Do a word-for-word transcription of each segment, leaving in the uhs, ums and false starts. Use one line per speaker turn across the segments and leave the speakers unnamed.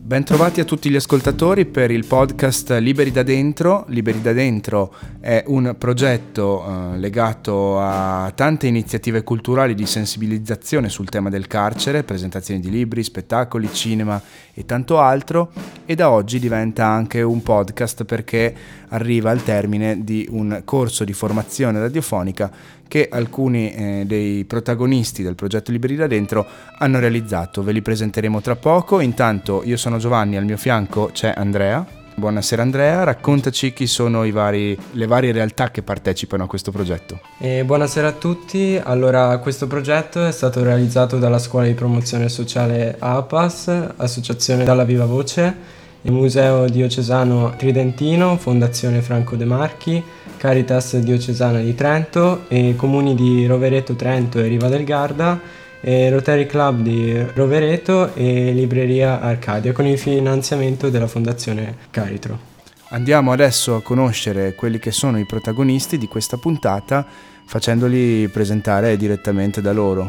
Bentrovati a tutti gli ascoltatori per il podcast Liberi da Dentro. Liberi da Dentro è un progetto eh, legato a tante iniziative culturali di sensibilizzazione sul tema del carcere, presentazioni di libri, spettacoli, cinema e tanto altro, e da oggi diventa anche un podcast perché arriva al termine di un corso di formazione radiofonica che alcuni eh, dei protagonisti del progetto Liberi da Dentro hanno realizzato. Ve li presenteremo tra poco. Intanto io sono Giovanni, al mio fianco c'è Andrea. Buonasera Andrea, raccontaci chi sono i vari, le varie realtà che partecipano a questo progetto.
E buonasera a tutti. Allora, questo progetto è stato realizzato dalla Scuola di Promozione Sociale A P A S, Associazione Dalla Viva Voce, il Museo Diocesano Tridentino, Fondazione Franco De Marchi, Caritas Diocesana di Trento e i comuni di Rovereto Trento e Riva del Garda, e Rotary Club di Rovereto e Libreria Arcadia con il finanziamento della Fondazione Caritro.
Andiamo adesso a conoscere quelli che sono i protagonisti di questa puntata facendoli presentare direttamente da loro.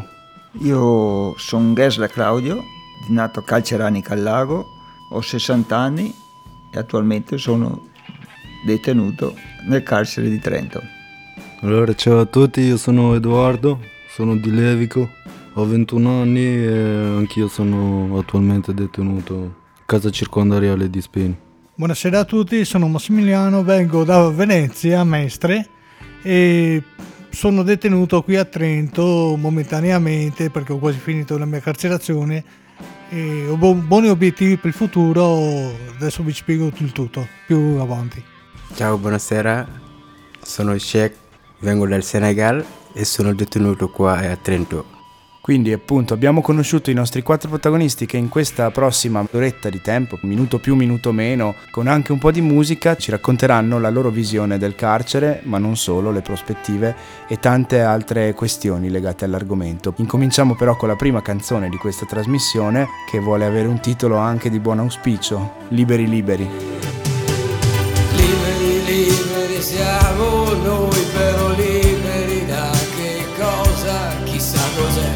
Io sono Gesla Claudio, nato a Calceranica al Lago, ho sessanta anni e attualmente sono detenuto nel carcere di Trento.
Allora, ciao a tutti, io sono Edoardo, sono di Levico, ho ventuno anni e anch'io sono attualmente detenuto in casa circondariale di Spini.
Buonasera a tutti, sono Massimiliano, vengo da Venezia, Mestre, e sono detenuto qui a Trento momentaneamente perché ho quasi finito la mia carcerazione e ho buoni obiettivi per il futuro. Adesso vi spiego il tutto più avanti.
Ciao, buonasera, sono Sheikh, vengo dal Senegal e sono detenuto qua a Trento.
Quindi appunto abbiamo conosciuto i nostri quattro protagonisti che in questa prossima oretta di tempo, minuto più, minuto meno, con anche un po' di musica, ci racconteranno la loro visione del carcere, ma non solo, le prospettive e tante altre questioni legate all'argomento. Incominciamo però con la prima canzone di questa trasmissione, che vuole avere un titolo anche di buon auspicio: Liberi Liberi.
Liberi, liberi siamo noi, però liberi da che cosa? Chissà cos'è.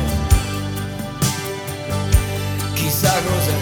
Chissà cos'è.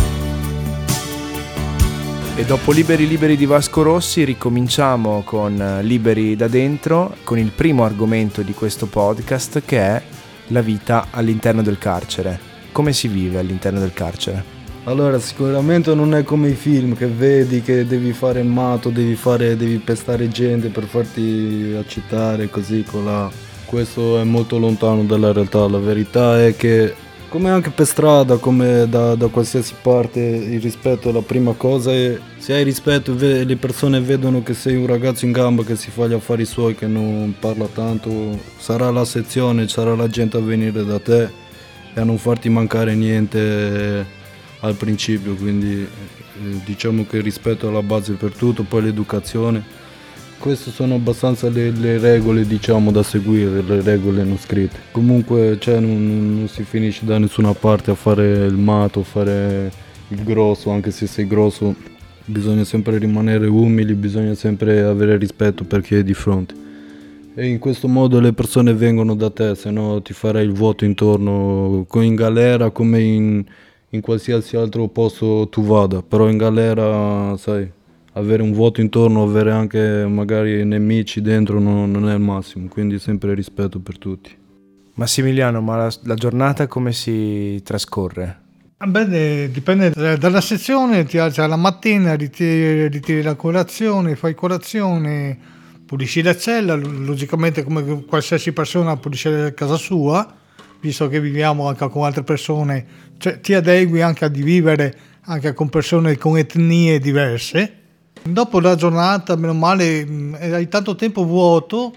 E dopo Liberi Liberi di Vasco Rossi ricominciamo con Liberi da Dentro, con il primo argomento di questo podcast, che è la vita all'interno del carcere. Come si vive all'interno del carcere?
Allora, sicuramente non è come i film che vedi che devi fare il matto, devi fare, devi pestare gente per farti accettare così colà. Questo è molto lontano dalla realtà. La verità è che, come anche per strada, come da, da qualsiasi parte, il rispetto è la prima cosa, e se hai rispetto e le persone vedono che sei un ragazzo in gamba che si fa gli affari suoi, che non parla tanto, sarà la sezione, sarà la gente a venire da te e a non farti mancare niente al principio. Quindi eh, diciamo che il rispetto è la base per tutto, poi l'educazione. Queste sono abbastanza le, le regole, diciamo, da seguire, le regole non scritte. Comunque cioè, non, non si finisce da nessuna parte a fare il matto, fare il grosso. Anche se sei grosso bisogna sempre rimanere umili, bisogna sempre avere rispetto per chi è di fronte. E in questo modo le persone vengono da te, se no ti farai il vuoto intorno, in galera come in, in qualsiasi altro posto tu vada. Però in galera, sai, avere un vuoto intorno, avere anche magari nemici dentro non, non è il massimo, quindi sempre rispetto per tutti.
Massimiliano, ma la, la giornata come si trascorre?
Beh, dipende dalla sezione, ti alzi alla mattina, ritiri, ritiri la colazione, fai colazione, pulisci la cella, logicamente come qualsiasi persona pulisce casa sua, visto che viviamo anche con altre persone, cioè ti adegui anche a di vivere anche con persone con etnie diverse. Dopo la giornata, meno male, hai tanto tempo vuoto,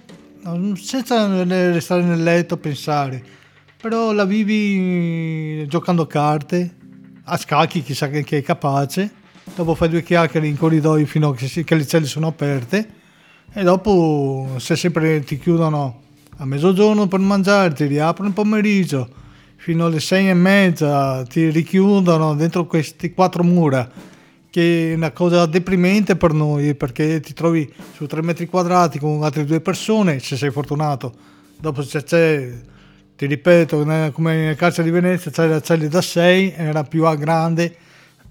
senza restare nel letto a pensare, però la vivi giocando a carte, a scacchi, chissà che è capace. Dopo fai due chiacchiere in corridoio fino a che, si, che le celle sono aperte, e dopo, se sempre ti chiudono a mezzogiorno per mangiare, ti riaprono il pomeriggio fino alle sei e mezza, ti richiudono dentro queste quattro mura, che è una cosa deprimente per noi, perché ti trovi su tre metri quadrati con altre due persone, se sei fortunato. Dopo se c'è, ti ripeto, come nel carcere di Venezia c'è la cella da sei, era più a grande,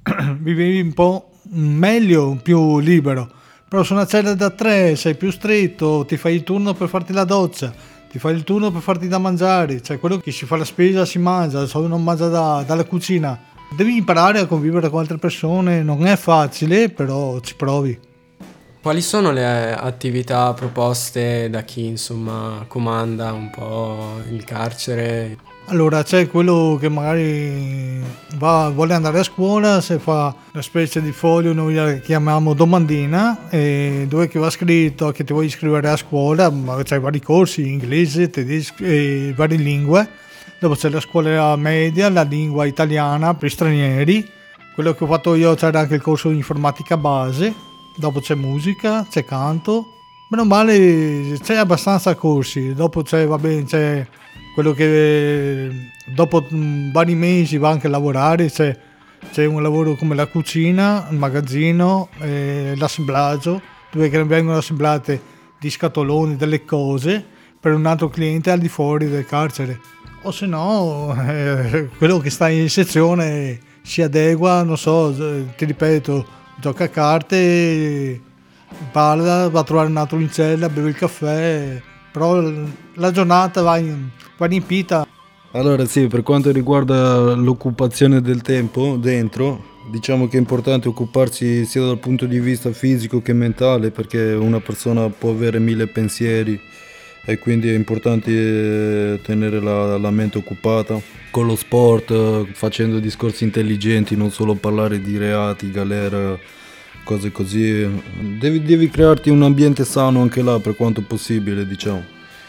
vivevi un po' meglio, più libero. Però su una cella da tre sei più stretto, ti fai il turno per farti la doccia, ti fai il turno per farti da mangiare, cioè quello che si fa la spesa si mangia, se uno non mangia da, dalla cucina. Devi imparare a convivere con altre persone, non è facile, però ci provi.
Quali sono le attività proposte da chi insomma comanda un po' il carcere?
Allora c'è quello che magari va, vuole andare a scuola, se fa una specie di foglio, noi la chiamiamo domandina, e dove che va scritto che ti vuoi iscrivere a scuola, ma c'è vari corsi, inglese, tedesco e varie lingue. Dopo c'è la scuola media, la lingua italiana per stranieri. Quello che ho fatto io, c'era anche il corso di informatica base. Dopo c'è musica, c'è canto. Meno male c'è abbastanza corsi. Dopo c'è, va bene, c'è quello che dopo mh, vari mesi va anche a lavorare. C'è, c'è un lavoro come la cucina, il magazzino, eh, l'assemblaggio, dove vengono assemblate di scatoloni, delle cose per un altro cliente al di fuori del carcere. O se no, eh, quello che sta in sezione si adegua, non so, ti ripeto, gioca a carte, parla, va a trovare un altro in cella, beve il caffè, però la giornata va, in, va riempita.
Allora sì, per quanto riguarda l'occupazione del tempo dentro, diciamo che è importante occuparsi sia dal punto di vista fisico che mentale, perché una persona può avere mille pensieri e quindi è importante tenere la, la mente occupata con lo sport, facendo discorsi intelligenti, non solo parlare di reati, galera, cose così. Devi, devi crearti un ambiente sano anche là per quanto possibile, diciamo.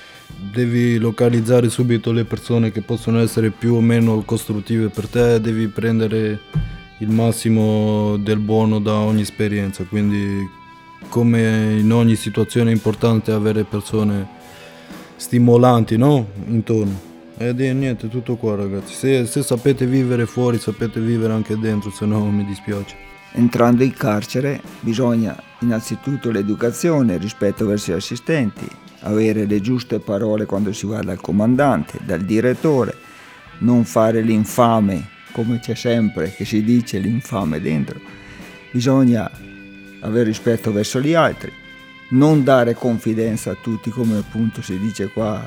Devi localizzare subito le persone che possono essere più o meno costruttive per te, devi prendere il massimo del buono da ogni esperienza, quindi come in ogni situazione è importante avere persone stimolanti, no? Intorno. E eh, niente, tutto qua ragazzi. Se, se sapete vivere fuori, sapete vivere anche dentro, se no mi dispiace.
Entrando in carcere bisogna innanzitutto l'educazione, il rispetto verso gli assistenti, avere le giuste parole quando si va dal comandante, dal direttore, non fare l'infame, come c'è sempre che si dice l'infame dentro. Bisogna avere rispetto verso gli altri, non dare confidenza a tutti, come appunto si dice qua.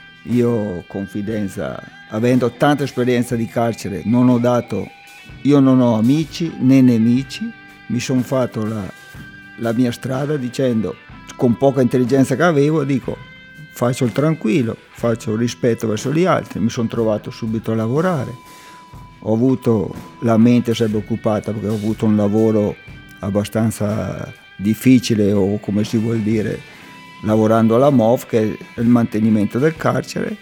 Io confidenza, avendo tanta esperienza di carcere, non ho dato, io non ho amici né nemici, mi sono fatto la, la mia strada dicendo, con poca intelligenza che avevo, dico faccio il tranquillo, faccio il rispetto verso gli altri, mi sono trovato subito a lavorare, ho avuto la mente sempre occupata perché ho avuto un lavoro abbastanza difficile, o come si vuol dire, lavorando alla M O V, che è il mantenimento del carcere.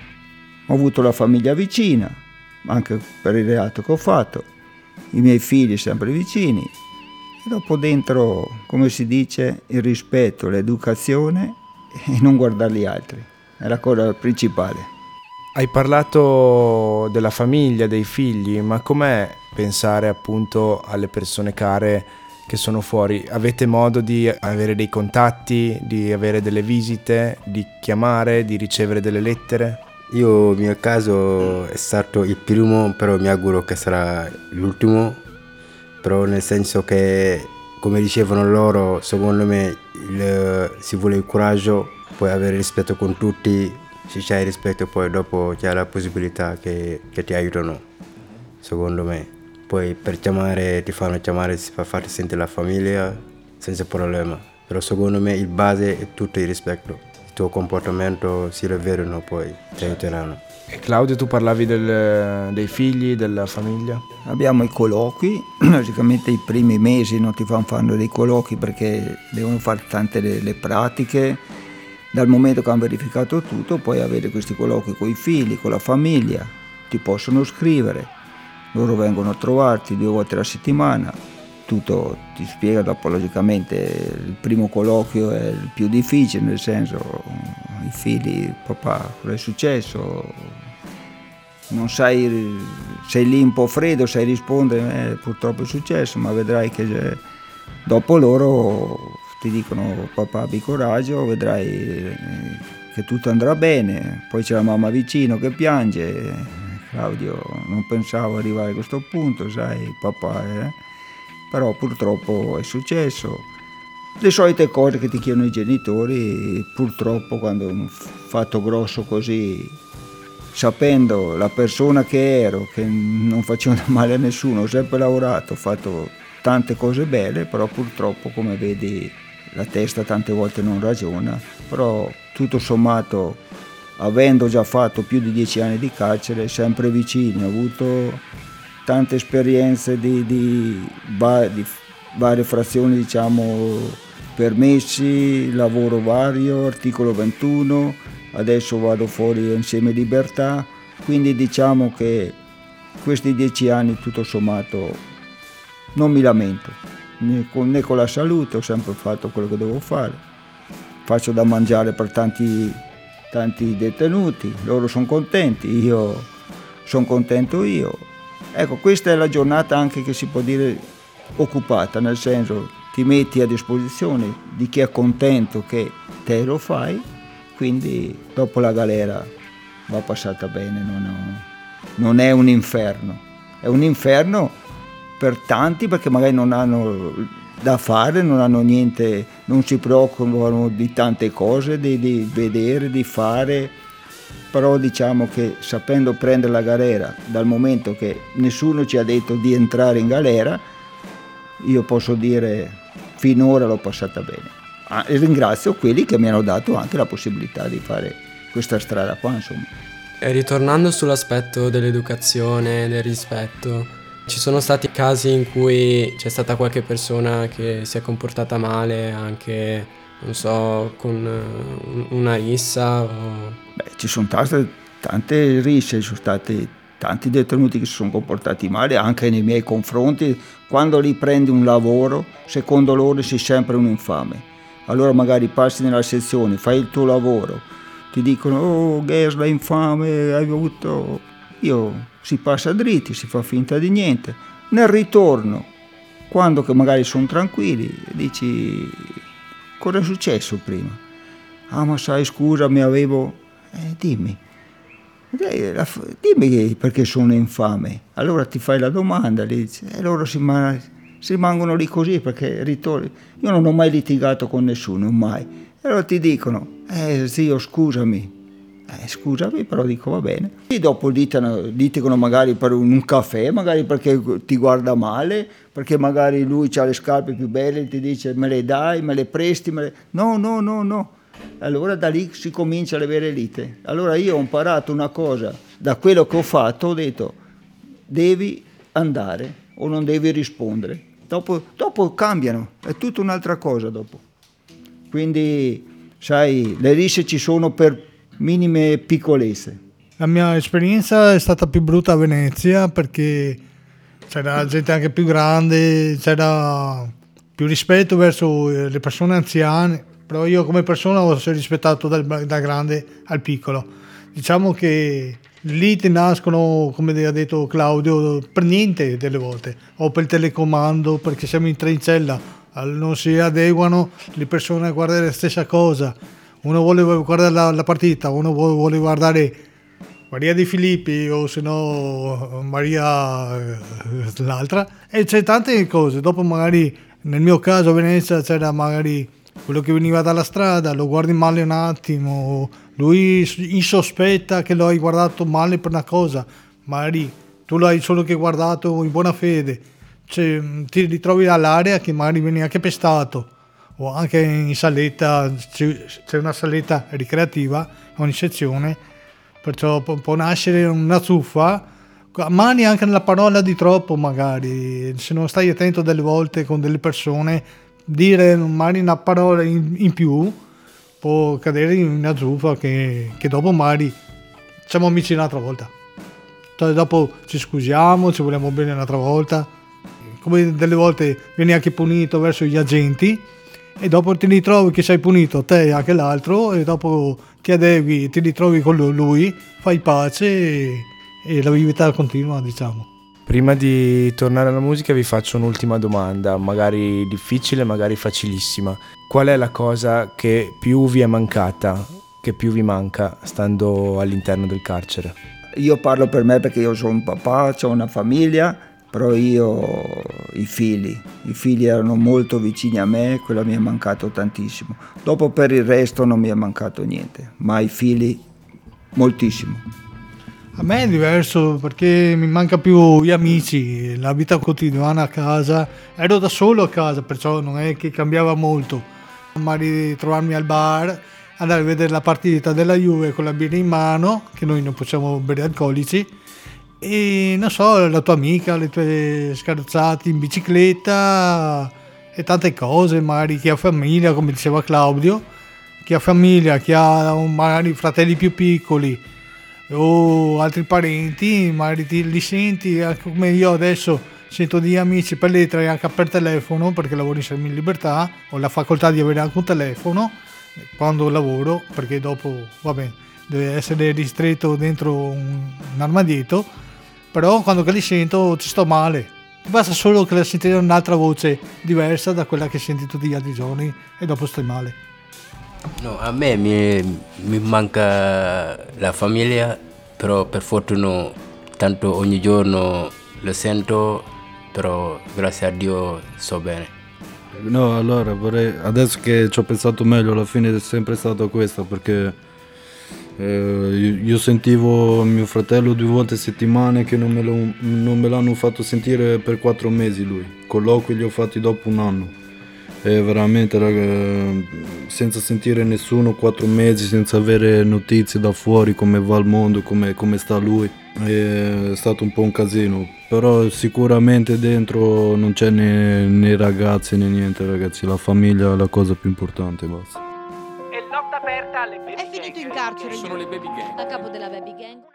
Ho avuto la famiglia vicina, anche per il reato che ho fatto, i miei figli sempre vicini, e dopo dentro, come si dice, il rispetto, l'educazione e non guardare gli altri, è la cosa principale.
Hai parlato della famiglia, dei figli, ma com'è pensare appunto alle persone care che sono fuori? Avete modo di avere dei contatti, di avere delle visite, di chiamare, di ricevere delle lettere?
Io, il mio caso è stato il primo, però mi auguro che sarà l'ultimo, però nel senso che, come dicevano loro, secondo me il, si vuole il coraggio, puoi avere rispetto con tutti, se c'hai rispetto poi dopo c'è la possibilità che, che ti aiutano, secondo me. Poi per chiamare, ti fanno chiamare per farti sentire la famiglia senza problema, però secondo me il base è tutto il rispetto, il tuo comportamento si rivelano, poi ti aiuteranno.
E Claudio, tu parlavi del, dei figli, della famiglia?
Abbiamo i colloqui, logicamente i primi mesi non ti fanno fare dei colloqui perché devono fare tante le, le pratiche. Dal momento che hanno verificato tutto, puoi avere questi colloqui con i figli, con la famiglia, ti possono scrivere, loro vengono a trovarti due volte alla settimana, tutto ti spiega. Dopo logicamente il primo colloquio è il più difficile, nel senso, i figli, papà, cosa è successo? Non sai, sei lì un po' freddo, sai rispondere, eh, purtroppo è successo, ma vedrai che dopo loro ti dicono papà abbi coraggio, vedrai che tutto andrà bene. Poi c'è la mamma vicino che piange, Claudio non pensavo arrivare a questo punto, sai, papà, eh? Però purtroppo è successo. Le solite cose che ti chiedono i genitori, purtroppo quando ho fatto grosso così, sapendo la persona che ero, che non facevo male a nessuno, ho sempre lavorato, ho fatto tante cose belle, però purtroppo, come vedi, la testa tante volte non ragiona, però tutto sommato, avendo già fatto più di dieci anni di carcere, sempre vicino, ho avuto tante esperienze di, di, di varie frazioni, diciamo, permessi, lavoro vario, articolo ventuno, adesso vado fuori insieme Libertà, quindi diciamo che questi dieci anni tutto sommato non mi lamento, né con, né con la salute, ho sempre fatto quello che devo fare, faccio da mangiare per tanti, tanti detenuti, loro sono contenti, io sono contento io. Ecco, questa è la giornata anche che si può dire occupata, nel senso ti metti a disposizione di chi è contento che te lo fai, quindi dopo la galera va passata bene, non, ho, non è un inferno, è un inferno per tanti perché magari non hanno da fare, non hanno niente, non si preoccupano di tante cose, di, di vedere, di fare, però diciamo che sapendo prendere la galera, dal momento che nessuno ci ha detto di entrare in galera, io posso dire finora l'ho passata bene. Ah, e ringrazio quelli che mi hanno dato anche la possibilità di fare questa strada qua, insomma.
E ritornando sull'aspetto dell'educazione, del rispetto, ci sono stati casi in cui c'è stata qualche persona che si è comportata male, anche, non so, con una rissa? O...
Beh, ci sono state tante risse, ci sono stati tanti detenuti che si sono comportati male anche nei miei confronti. Quando li prendi un lavoro, secondo loro sei sempre un infame. Allora magari passi nella sezione, fai il tuo lavoro, ti dicono oh Gesla infame, hai avuto... Io si passa dritti, si fa finta di niente. Nel ritorno, quando che magari sono tranquilli, dici cosa è successo prima? Ah ma sai scusa mi avevo... Eh, dimmi. Dimmi perché sono infame. Allora ti fai la domanda, dici, e loro si, ma, si rimangono lì così perché ritorni. Io non ho mai litigato con nessuno, mai. E allora ti dicono, eh zio scusami, eh scusami, però dico va bene. E dopo litigano, litigano magari per un, un caffè, magari perché ti guarda male, perché magari lui ha le scarpe più belle e ti dice me le dai, me le presti, me le... no, no, no, no. Allora da lì si comincia le vere lite. Allora io ho imparato una cosa, da quello che ho fatto ho detto devi andare o non devi rispondere. Dopo, dopo cambiano, è tutta un'altra cosa dopo. Quindi sai, le risse ci sono per minime piccolezze.
La mia esperienza è stata più brutta a Venezia perché c'era gente anche più grande, c'era più rispetto verso le persone anziane. Però io come persona ho rispettato dal, dal grande al piccolo. Diciamo che lì ti nascono, come ha detto Claudio, per niente delle volte, o per il telecomando, perché siamo in tre in cella, non si adeguano le persone a guardare la stessa cosa. Uno vuole guardare la, la partita, uno vuole, vuole guardare Maria Di Filippi o se no Maria l'altra, e c'è tante cose. Dopo magari, nel mio caso a Venezia c'era magari quello che veniva dalla strada, lo guardi male un attimo, lui insospetta che lo hai guardato male per una cosa, magari tu lo hai solo che guardato in buona fede, cioè, ti ritrovi all'area che magari vieni anche pestato, o anche in saletta, c'è una saletta ricreativa, ogni sezione, perciò può nascere una zuffa, mani anche nella parola di troppo magari, se non stai attento delle volte con delle persone, dire magari una parola in, in più può cadere in una zuffa che, che dopo magari siamo amici un'altra volta, cioè, dopo ci scusiamo, ci vogliamo bene un'altra volta, come delle volte vieni anche punito verso gli agenti e dopo ti ritrovi che sei punito te e anche l'altro e dopo ti adegui, ti ritrovi con lui, fai pace e, e la vita continua, diciamo.
Prima di tornare alla musica vi faccio un'ultima domanda, magari difficile, magari facilissima. Qual è la cosa che più vi è mancata, che più vi manca stando all'interno del carcere?
Io parlo per me perché io sono un papà, ho una famiglia, però io, i figli, i figli erano molto vicini a me, quello mi è mancato tantissimo. Dopo per il resto non mi è mancato niente, ma i figli moltissimo.
A me è diverso perché mi manca più gli amici, la vita quotidiana a casa. Ero da solo a casa, perciò non è che cambiava molto. Magari trovarmi al bar, andare a vedere la partita della Juve con la birra in mano, che noi non possiamo bere alcolici, e non so, la tua amica, le tue scarozzate in bicicletta e tante cose. Magari chi ha famiglia, come diceva Claudio, chi ha famiglia, chi ha magari fratelli più piccoli o altri parenti, magari ti, li senti, anche come io adesso sento degli amici per lettere anche per telefono, perché lavoro in semi-libertà, ho la facoltà di avere anche un telefono quando lavoro, perché dopo vabbè deve essere ristretto dentro un, un armadietto, però quando che li sento ci sto male. Basta solo che la sentire un'altra voce diversa da quella che senti tutti gli altri giorni e dopo stai male.
No, a me mi, mi manca la famiglia, però per fortuna tanto ogni giorno lo sento, però grazie a Dio sto bene.
No, allora vorrei, adesso che ci ho pensato meglio, alla fine è sempre stata questa, perché eh, io, io sentivo mio fratello due volte a settimana che non me, lo, non me l'hanno fatto sentire per quattro mesi lui, colloqui li ho fatti dopo un anno. E veramente raga, senza sentire nessuno, quattro mesi senza avere notizie da fuori, come va il mondo, come, come sta lui, è stato un po' un casino, però sicuramente dentro non c'è né, né ragazzi né niente, ragazzi, la famiglia è la cosa più importante, basta.
È lotta aperta alle baby
È finito in carcere.
Sono le baby gang.
A capo della baby gang.